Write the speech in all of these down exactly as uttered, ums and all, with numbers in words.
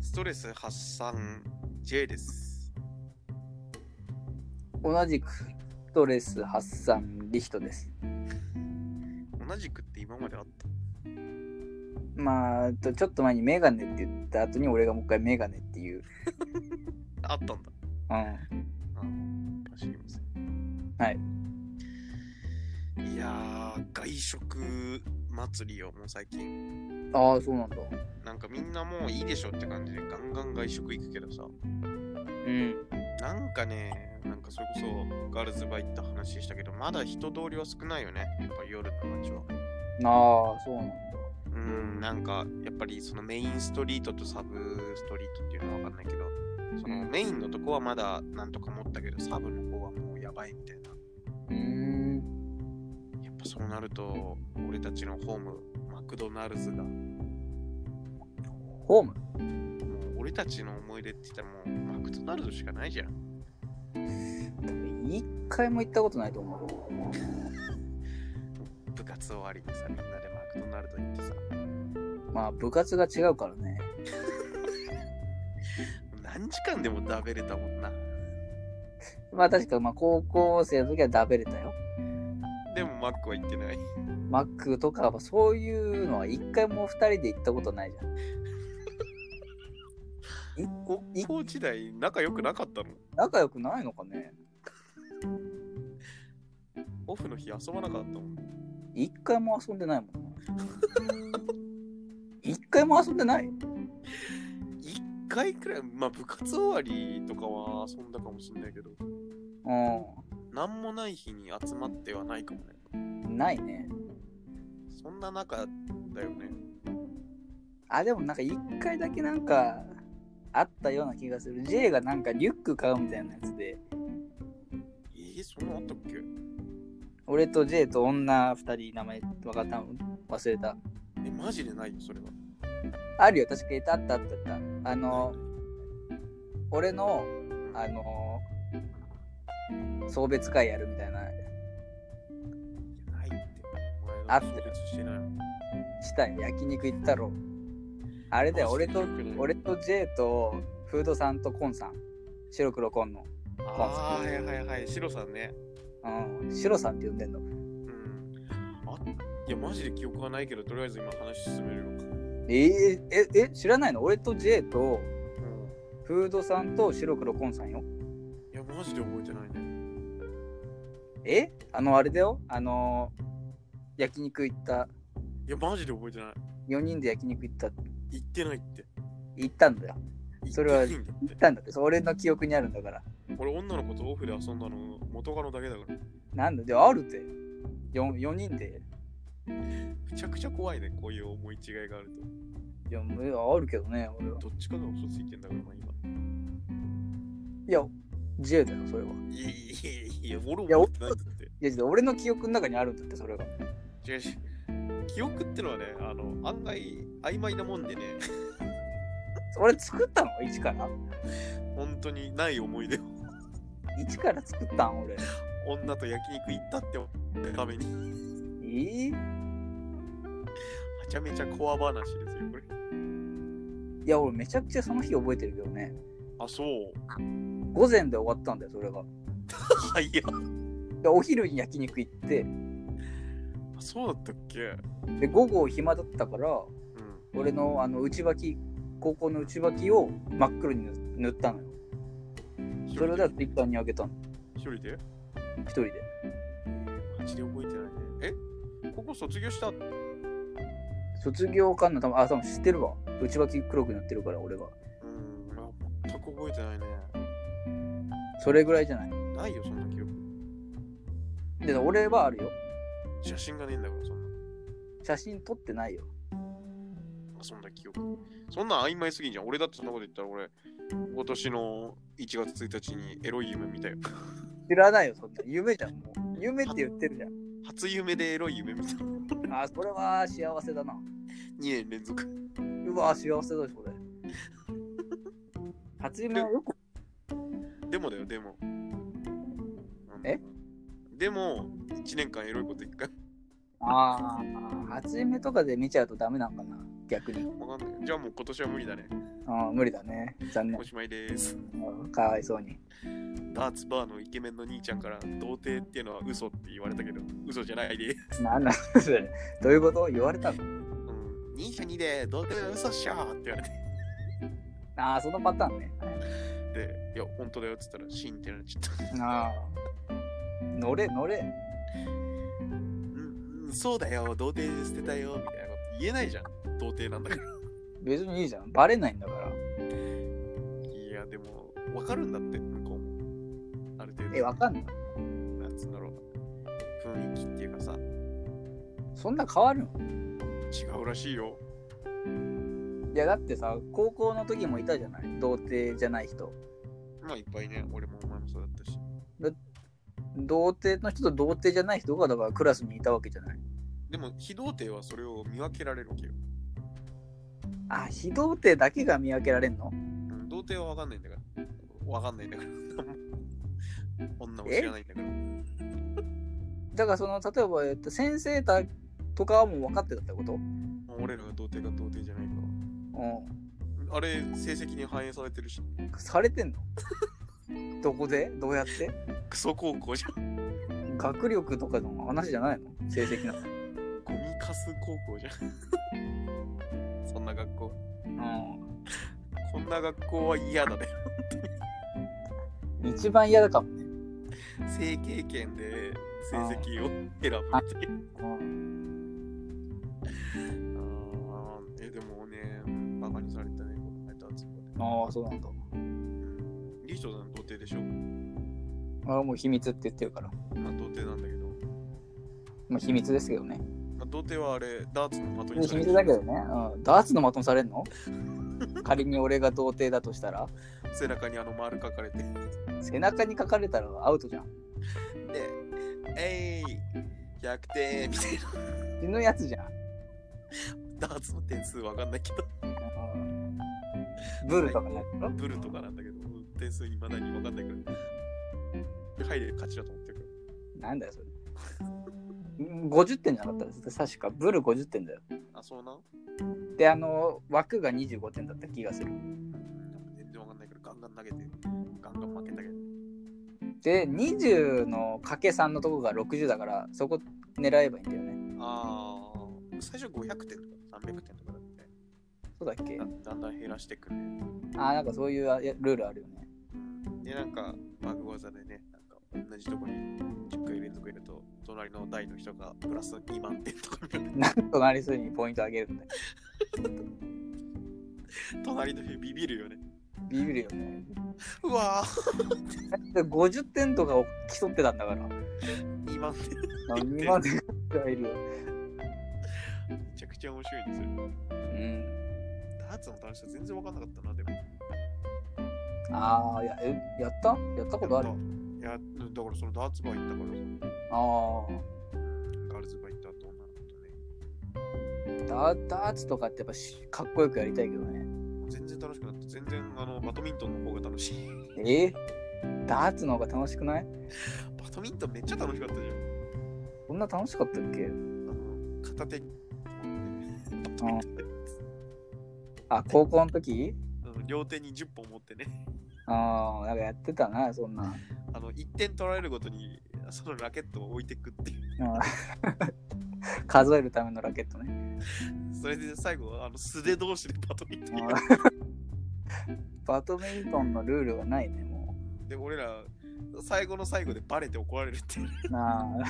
ストレス発散 J です。 同じくストレス発散リヒトです。 同じくって今まであった？ まあちょっと前にメガネって言った後に俺がもう一回メガネっていうあったんだ。 うんああ、知りません。 はい。 いやー、外食祭りよ、もう最近。 ああ、そうなんだ。 なんかみんなもういいでしょって感じでガンガン外食行くけどさ、 うんなんかね、なんかそれこそガールズバー行った話したけど、まだ人通りは少ないよね、やっぱ夜の街は。 ああ、そうなんだ。 うーん、なんかやっぱりそのメインストリートとサブストリートっていうのはわかんないけど、そのメインのとこはまだなんとか持ったけど、サブの方はもうやばいみたいな。 うーん。 やっぱそうなると、俺たちのホーム、マクドナルズが、 ホーム？ もう俺たちの思い出って言ったらもうマクドナルドしかないじゃん。 一回も行ったことないと思う。 部活終わりにさ、みんなでマクドナルド行ってさ。 まあ部活が違うからね。 何時間でも食べれたもんな。 まあ確かまあ高校生の時は食べれたよ。 でもマックは行ってない。 マックとかそういうのは一回も二人で行ったことないじゃん。 高校時代仲良くなかったの？ 仲良くないのかね。 オフの日遊ばなかったもん。 一回も遊んでないもんな。一回も遊んでない？ 一回くらい、まあ部活終わりとかは遊んだかもしれないけど、 うなんもない日に集まってはないかもね。 ん。ないね。 そんな中だよね。 あ、でもなんか一回だけなんかあったような気がする。J がなんかリュック買うみたいなやつで。 えー、そんなあったっけ？ 俺と J と女二人名前分かった忘れた。 え、マジでないよ、それは。 あるよ、確かにあったあったあった。あの、俺の、あの、送別会やるみたいな。 ないって。 あってる。 送別してないの。 したい。焼肉行ったろ。あれだよ、俺と、俺と J とフードさんとコンさん。白黒コンの。 ああ、はいはいはい、シロさんね。 うん、白さんって呼んでんの。 うん。あ、いや、マジで記憶はないけど、とりあえず今話進めるよ。 えー、え、え、知らないの？俺と J と、うん、フードさんと白黒コンさんよ。 いや、マジで覚えてないね。 え？あの、あれだよ。あの、焼肉行った。 いや、マジで覚えてない。 よにんで焼肉行った。 行ってないって。 行ったんだよ。それは行行ったんだって。それ俺の記憶にあるんだから。 俺、女の子とオフで遊んだの元カノだけだから。 なんだであるって。よにんで。 めちゃくちゃ怖いね、こういう思い違いがあると。 いや、あるけどね、俺は。 どっちかが嘘ついてんだから、まあ今。 いや、J だよ、それは。 いやいやいや、俺覚えてないんだって。 いや、俺の記憶の中にあるんだって、それが。 違う違う。記憶ってのはね、あの、案外曖昧なもんでね。 俺作ったの？一から。 本当にない思い出を。 一から作ったん俺。 女と焼肉行ったってために。 ええー、 めちゃめちゃコア話ですよ、これ。 いや、俺めちゃくちゃその日覚えてるけどね。 あ、そう。 午前で終わったんだよ、それが。 はいや。 で、お昼に焼肉行って。 あ、そうだったっけ？ で、午後暇だったから、 うん、 俺のあの内履き、高校の内履きを真っ黒に塗ったのよ。それをツイッターにあげたの。 一人で？ 一人で。 マジで覚えてないね。え？ここ卒業した？ 卒業かな？多分、あ、多分知ってるわ。内履き黒くなってるから、俺が。 うん、全く覚えてないね。 それぐらいじゃない？ ないよ、そんな記憶。 で、俺はあるよ。 写真がねえんだから、そんな。 写真撮ってないよ。 そんな記憶。そんな曖昧すぎんじゃん。俺だってそんなこと言ったら俺、今年のいちがつついたちにエロい夢見たよ。 知らないよ、そんな。夢じゃん、もう。夢って言ってるじゃん。 初夢でエロい夢見た。 あ、それは幸せだな。 にねん連続。 うわ、幸せだよ、それ。初夢はよく。 でもだよ、でも。 え？ でも、いちねんかんエロいこと一回。 ああ、初夢とかで見ちゃうとダメなんかな。 逆に。 わかんない。じゃあもう今年は無理だね。 ああ、無理だね。残念お。しまいです。 かわいそうに。 ダーツバーのイケメンの兄ちゃんから童貞っていうのは嘘って言われたけど、嘘じゃないで。 なんなんそれどういうこと？言われたの？ うん。にじゅうにで童貞は嘘っしょーって言われて。 ああ、そのパターンね。 で、いや、本当だよって言ったら、シンってなっちゃった。 ああ。乗れ、乗れ。 うん、うん、そうだよ、童貞捨てたよ、みたいなこと言えないじゃん。童貞なんだから。 別にいいじゃん。バレないんだから。 いや、でも、わかるんだって、向こうも。ある程度。 え、わかんない。 なんつうんだろう。雰囲気っていうかさ。 そんな変わるの？ 違うらしいよ。 いや、だってさ、高校の時もいたじゃない？童貞じゃない人。 まあ、いっぱいね。俺もお前もそうだったし。 童貞の人と童貞じゃない人がだからクラスにいたわけじゃない。 でも非童貞はそれを見分けられるわけよ。 あ、非童貞だけが見分けられんの？ うん、童貞は分かんないんだから。分かんないんだから。女も知らないんだから。 だからその例えば、えっと、先生たとかはもう分かってたってこと？ 俺らが童貞か童貞じゃないか。 うん。 あれ成績に反映されてるし。 されてんの？どこで？どうやって？ クソ高校じゃん。 学力とかの話じゃないの？成績なの？ ゴミカス高校じゃん。そんな学校。 うん。 こんな学校は嫌だね。 一番嫌だかもね。 性経験で成績を選ぶっていう。あーえ、でもね、バカにされたね、この前ダーツバーで。 ああ、そうなんだ。 リーショさん童貞でしょ？ ああ、もう秘密って言ってるから。 まあ童貞なんだけど。 まあ秘密ですけどね。 まあ、童貞はあれ、ダーツの的に秘密だけどね。うん。ダーツの的にされんの？仮に俺が童貞だとしたら背中にあの丸書かれて。 背中に書かれたらアウトじゃん。 で、えい、ひゃくてんみたいな。 死ぬやつじゃん。 ダーツの点数わかんないけど。 ブルとかなんだろ？ ブルとかなんだけど、点数いまだにわかんないけど。入れる勝ちだと思ってるから。 なんだよそれ。ごじゅってんじゃなかったです。確かブルごじゅってんだよ。 あ、そうな。 で、あの枠がにじゅうごてんだった気がする。 全然わかんないけど、ガンガン投げて、ガンガン負けたけど。 で、にじゅうのかけさんのとこがろくじゅうだから、そこ狙えばいいんだよね。 ああ、最初ごひゃくてんとかさんびゃくてんとかだって。 そうだっけ？ だ, だんだん減らしてくんで。 ああ、なんかそういうルールあるよね。 で、なんか、バグ技でね、なんか同じとこにじゅっかい連続いると、隣の台の人がプラスにまんてんとか見る。 なんと隣数にポイントあげるんだよ。 隣の人ビビるよね。 ビビるよね。 うわぁごじゅってんとかを競ってたんだから。 にまんてん。 にまんてんがいるよ。 めちゃくちゃ面白いんですよ。 うん。 ダーツの楽しさ全然わかんなかったな、でも。 ああ、や、え、やったやったことある？ いや、だからそのダーツバー行ったからさ。 ああ。 ガールズバー行った後女の子とね。 ダー、ダーツとかってやっぱしかっこよくやりたいけどね。 全然楽しくなった。全然あのバドミントンの方が楽しい。 えー、ダーツの方が楽しくない？ バドミントンめっちゃ楽しかったじゃん。 そんな楽しかったっけ？ あの片手に。 あ、高校の時？ うん、両手にじゅっぽん持ってね。 ああ、なんかやってたな、そんな。 あのいってん取られるごとにそのラケットを置いてくっていう。 数えるためのラケットね。 それで最後あの素手同士でバドミントンやる。 バドミントンのルールがないね、もう。で、俺ら最後の最後でバレて怒られるっていう。 なあ。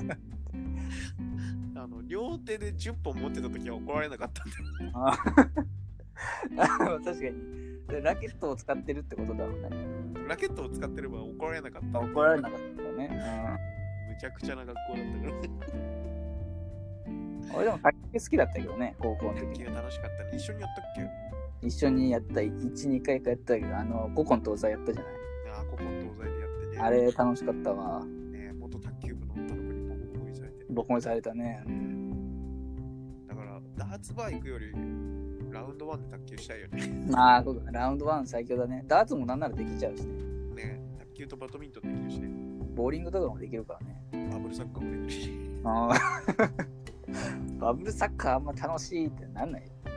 あの両手でじゅっぽん持ってた時は怒られなかったんだよ。 あ確かに。ラケットを使ってるってことだろうね。 ラケットを使ってれば怒られなかった。 怒られなかったね。 うん、むちゃくちゃな学校だったからね。 俺でも卓球好きだったけどね、高校の時。 卓球楽しかったね。一緒にやったっけ？一緒にやった、いち、にかいかやったけど、あの、古今東西やったじゃない。 ああ、古今東西でやってね。 あれ楽しかったわ。 ね、元卓球部の女の子にボコボコにされて。 ボコにされたね。うん、 だから、ダーツバー行くより、ラウンドワンで卓球したいよね。 まあ、そうだね。ラウンドワン最強だね。ダーツもなんならできちゃうしね。 ね、卓球とバドミントンできるしね。 ボーリングとかもできるからね。 バブルサッカーもできるし。 あバブルサッカーあんま楽しいってなんないよ。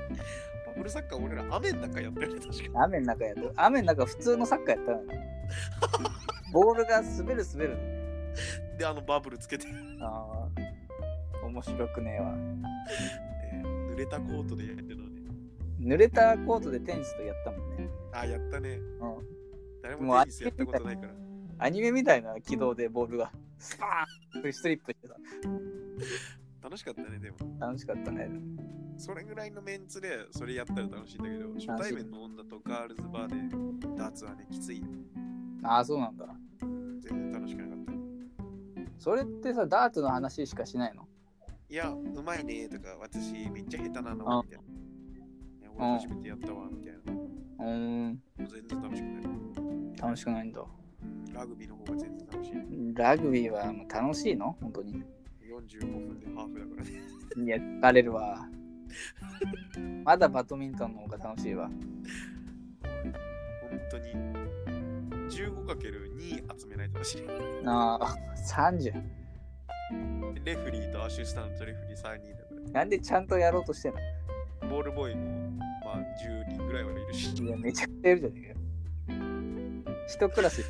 バブルサッカー俺ら雨の中やったよね、確かに。 雨の中やった。雨の中普通のサッカーやったのに。ボールが滑る滑る。 で、あのバブルつけて。 ああ、面白くねえわ。 で濡れたコートでやってたのね。 濡れたコートでテニスとやったもんね。 あ、やったね。 うん。 誰もテニスやったことないから。 アニメみたいな軌道でボールがスパーンフリストリップしてた。 楽しかったね、でも。 楽しかったね。 それぐらいのメンツでそれやったら楽しいんだけど、初対面の女とガールズバーでダーツはね、きついよ。 ああ、そうなんだ。 全然楽しくなかった。 それってさ、ダーツの話しかしないの？ いや、うまいねとか、私めっちゃ下手なのみたいな。いや俺初めてやったわみたいな。 うーん。 全然楽しくない。 楽しくないんだ。 ラグビーの方が全然楽しい。 ラグビーはもう楽しいの？本当に。 よんじゅうごふんでハーフだからね。 いや、疲れるわ。まだバドミントンの方が楽しいわ。 本当に じゅうごかけるに 集めないとしああ、さんじゅう。 レフリーとアシスタントレフリーさんにんだかなんでちゃんとやろうとしてんの？ ら。ボールボーイもまあじゅうにんぐらいはいるし。 いや、めちゃくちゃいるじゃねえかよ。一クラス。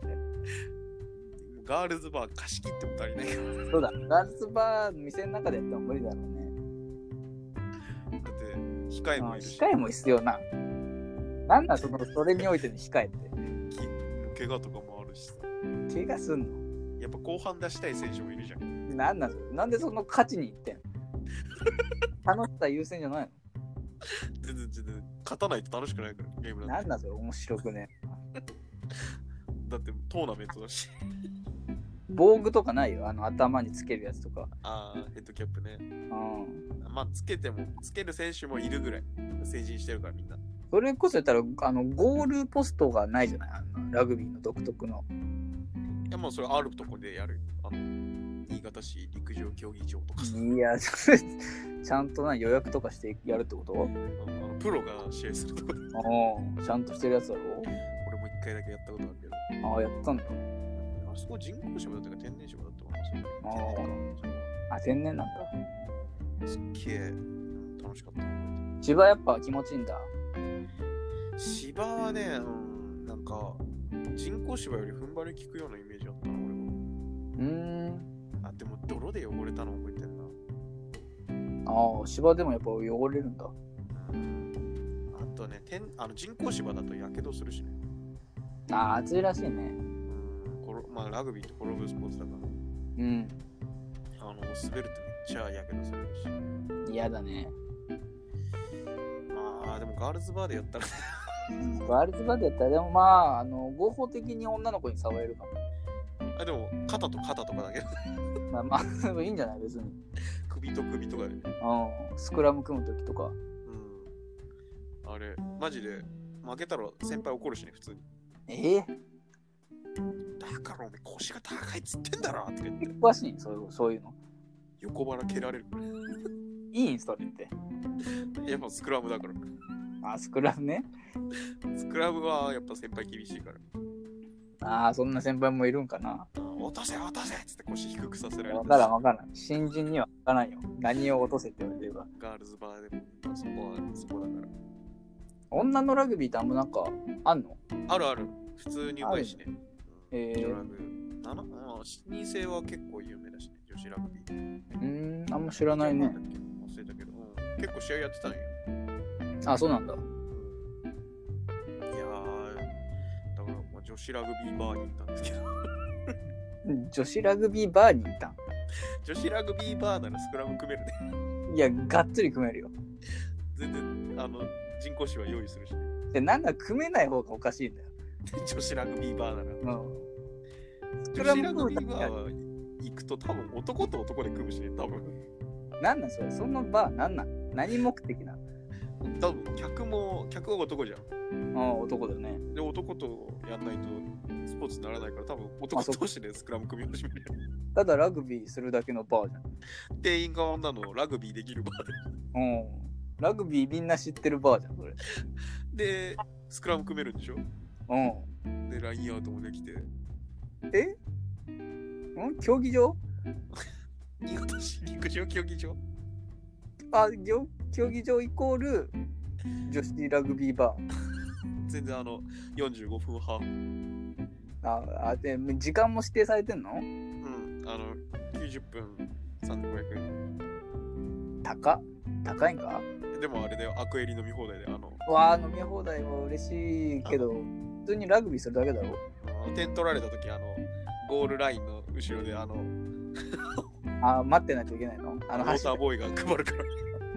ガールズバー貸し切っても足りないから。 そうだ、ガールズバー店の中でやっても無理だろうね。 だって控えもいるし。 控えも必要な。なんだその、それにおいての控えって。 怪我とかもあるしさ。 怪我すんの？ やっぱ後半出したい選手もいるじゃん。 なんなんそれ？なんでその勝ちにいってんの？楽しさ優先じゃない全然全然勝たないと楽しくないからゲームの？ なんて。 なんなんそれ面白くね。 だってトーナメントだし。 防具とかないよ、あの頭につけるやつとか。 ああ、ヘッドキャップね。 うん。 まあつけてもつける選手もいるぐらい成人してるからみんな。 それこそ言ったらあのゴールポストがないじゃない、あのラグビーの独特の。 いやもうそれあるとこでやる。あの新潟市陸上競技場とかさ。 いや、ちゃんとな予約とかしてやるってこと？ あのプロが試合するとこで。 ああ、ちゃんとしてるやつだろ。 俺も一回だけやったことあるけど。 ああ、やったんだ。 あそこ人工芝だったか天然芝だったかな。 ああ、あ、天然なんだ。 すっげえ楽しかった。 芝やっぱ気持ちいいんだ。 芝はね、うん、なんか人工芝より踏ん張り効くようなイメージあったな、俺は。 うーん。 あ、でも泥で汚れたの覚えてんな。 ああ、芝でもやっぱ汚れるんだ。 あとね、天あの人工芝だとやけどするしね。 ああ、暑いらしいね。 うん、ころまあラグビーって転ぶスポーツだから。 うん。 あの滑るとめっちゃやけどするし。 嫌だね。 まあでもガールズバーでやったらガールズバーでやったら、でもまあ、あの合法的に女の子に触れるかも。 あ、でも肩と肩とかだけどまあまあ、いいんじゃない別に。 首と首とかでね。 うん。スクラム組むときとか。 うん。あれ、マジで負けたら先輩怒るしね、普通に。 ええだからお前腰が高いっつってんだろとか言って。 詳しいそういう、そういうの。 横腹蹴られるから。 いいんそれって。 やっぱスクラムだから。 あ、スクラムね。 スクラムはやっぱ先輩厳しいから。 ああ、そんな先輩もいるんかな。 落とせ落とせっつって腰低くさせられる。 わからんわからん。新人にはわからんよ。何を落とせって言われてるか。 ガールズバーでも、まあ、そこはそこだから。 女のラグビーってあんまなんかあんの？ あるある。普通にうまいしね。 えー、 女ラグ。ななあ、に世は結構有名だしね、女子ラグビー。 うーん、あんま知らないね。 忘れたけど、うん、結構試合やってたんよ。 あ、そうなんだ。 いやー、だから、まあ、女子ラグビーバーに行ったんですけど。 女子ラグビーバーに行ったん？ 女子ラグビーバーならスクラム組めるね。 いや、がっつり組めるよ。 全然、あの、人工芝用意するしね。 で、なんだ組めない方がおかしいんだよ。 女子ラグビーバーなら。 うん。 女子ラグビーバーは行くと多分男と男で組むしね、多分。 なんなんそれ？そのバーなんなん？何目的な？ 多分客も、客は男じゃん。 ああ、男だね。 で、男とやんないとスポーツにならないから、多分男同士でスクラム組み始める。 ただラグビーするだけのバーじゃん。 店員が女のラグビーできるバーうん。ラグビーみんな知ってるバーじゃん、それ。 で。で、スクラム組めるんでしょ？ うん。 で、ラインアウトもできて。 え？ん競技場？ 新潟市陸上競技場？ あ、ぎょ競技場イコール女子ラグビーバー。 全然あのよんじゅうごふんはん。 ああ、で時間も指定されてんの？ うん、あのきゅうじゅっぷんさんぜんごひゃくえん。 高っ高いんか？ でもあれだよ、アクエリ飲み放題で、あのわあ、飲み放題も嬉しいけど、普通にラグビーするだけだろ。 あの点取られた時、あのゴールラインの後ろであのあ、待ってないといけないの？あのウォーターボーイが配るから。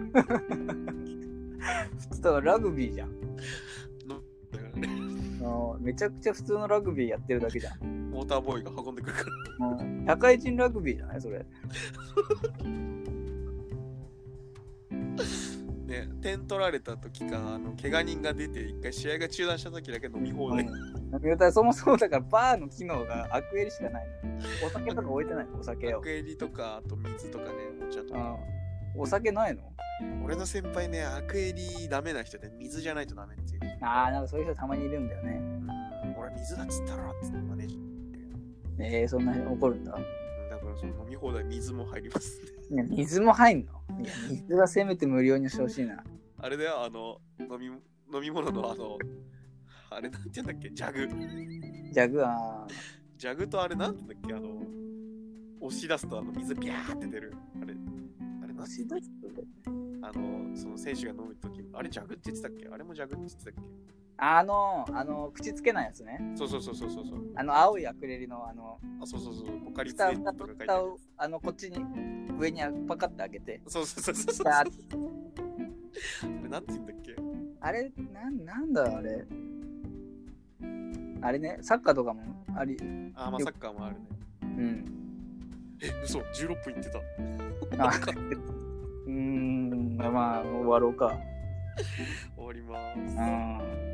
普通だからラグビーじゃん。 のだからね、 あめちゃくちゃ普通のラグビーやってるだけじゃん。 ウォーターボーイが運んでくるから。 うん、社会人ラグビーじゃないそれ。 ね、点取られた時か、あの怪我人が出て一回試合が中断した時だけ飲み放題。 うん、そもそもだからバーの機能がアクエリしかないの。お酒とか置いてないの？お酒を。 アクエリとか、あと水とかね、お茶とか。 うん、お酒ないの？ 俺の先輩ね、アクエリダメな人で水じゃないとダメっていう。 ああ、なんかそういう人たまにいるんだよね。 うん、俺水だっつったらっつってマネージ。 ええー、そんなに怒るんだ。 だからその飲み放題水も入りますね。いや、水も入んの？いや、水はせめて無料にしてほしいな。 あれだよ、あの、飲み、飲み物のあの、あれなんて言うんだっけ、ジャグ。 ジャグは、 ジャグとあれなんて言うんだっけ、あの、押し出すとあの水ビャーって出る。あれ、あれなん押し出すとね。 あの、その選手が飲むとき、あれジャグって言ってたっけ？あれもジャグって言ってたっけ？ あの、あの、口つけないやつね。 そうそうそうそうそう。 あの、青いアクリルの、あの、 あ、そうそうそう、ポカリスエ蓋ットとか書いてある。 蓋を、あの、こっちに、上にパカッて開けて。 そうそうそうそうそう。 ああれなんて言うんだっけ？ あれ、なん、なんだあれ。あれね、サッカーとかもあり。 あ、まあサッカーもあるね。 うん。 え、嘘、じゅうろっぷんいってた。 あうーん、まあ、終わろうか。 終わります。 うん。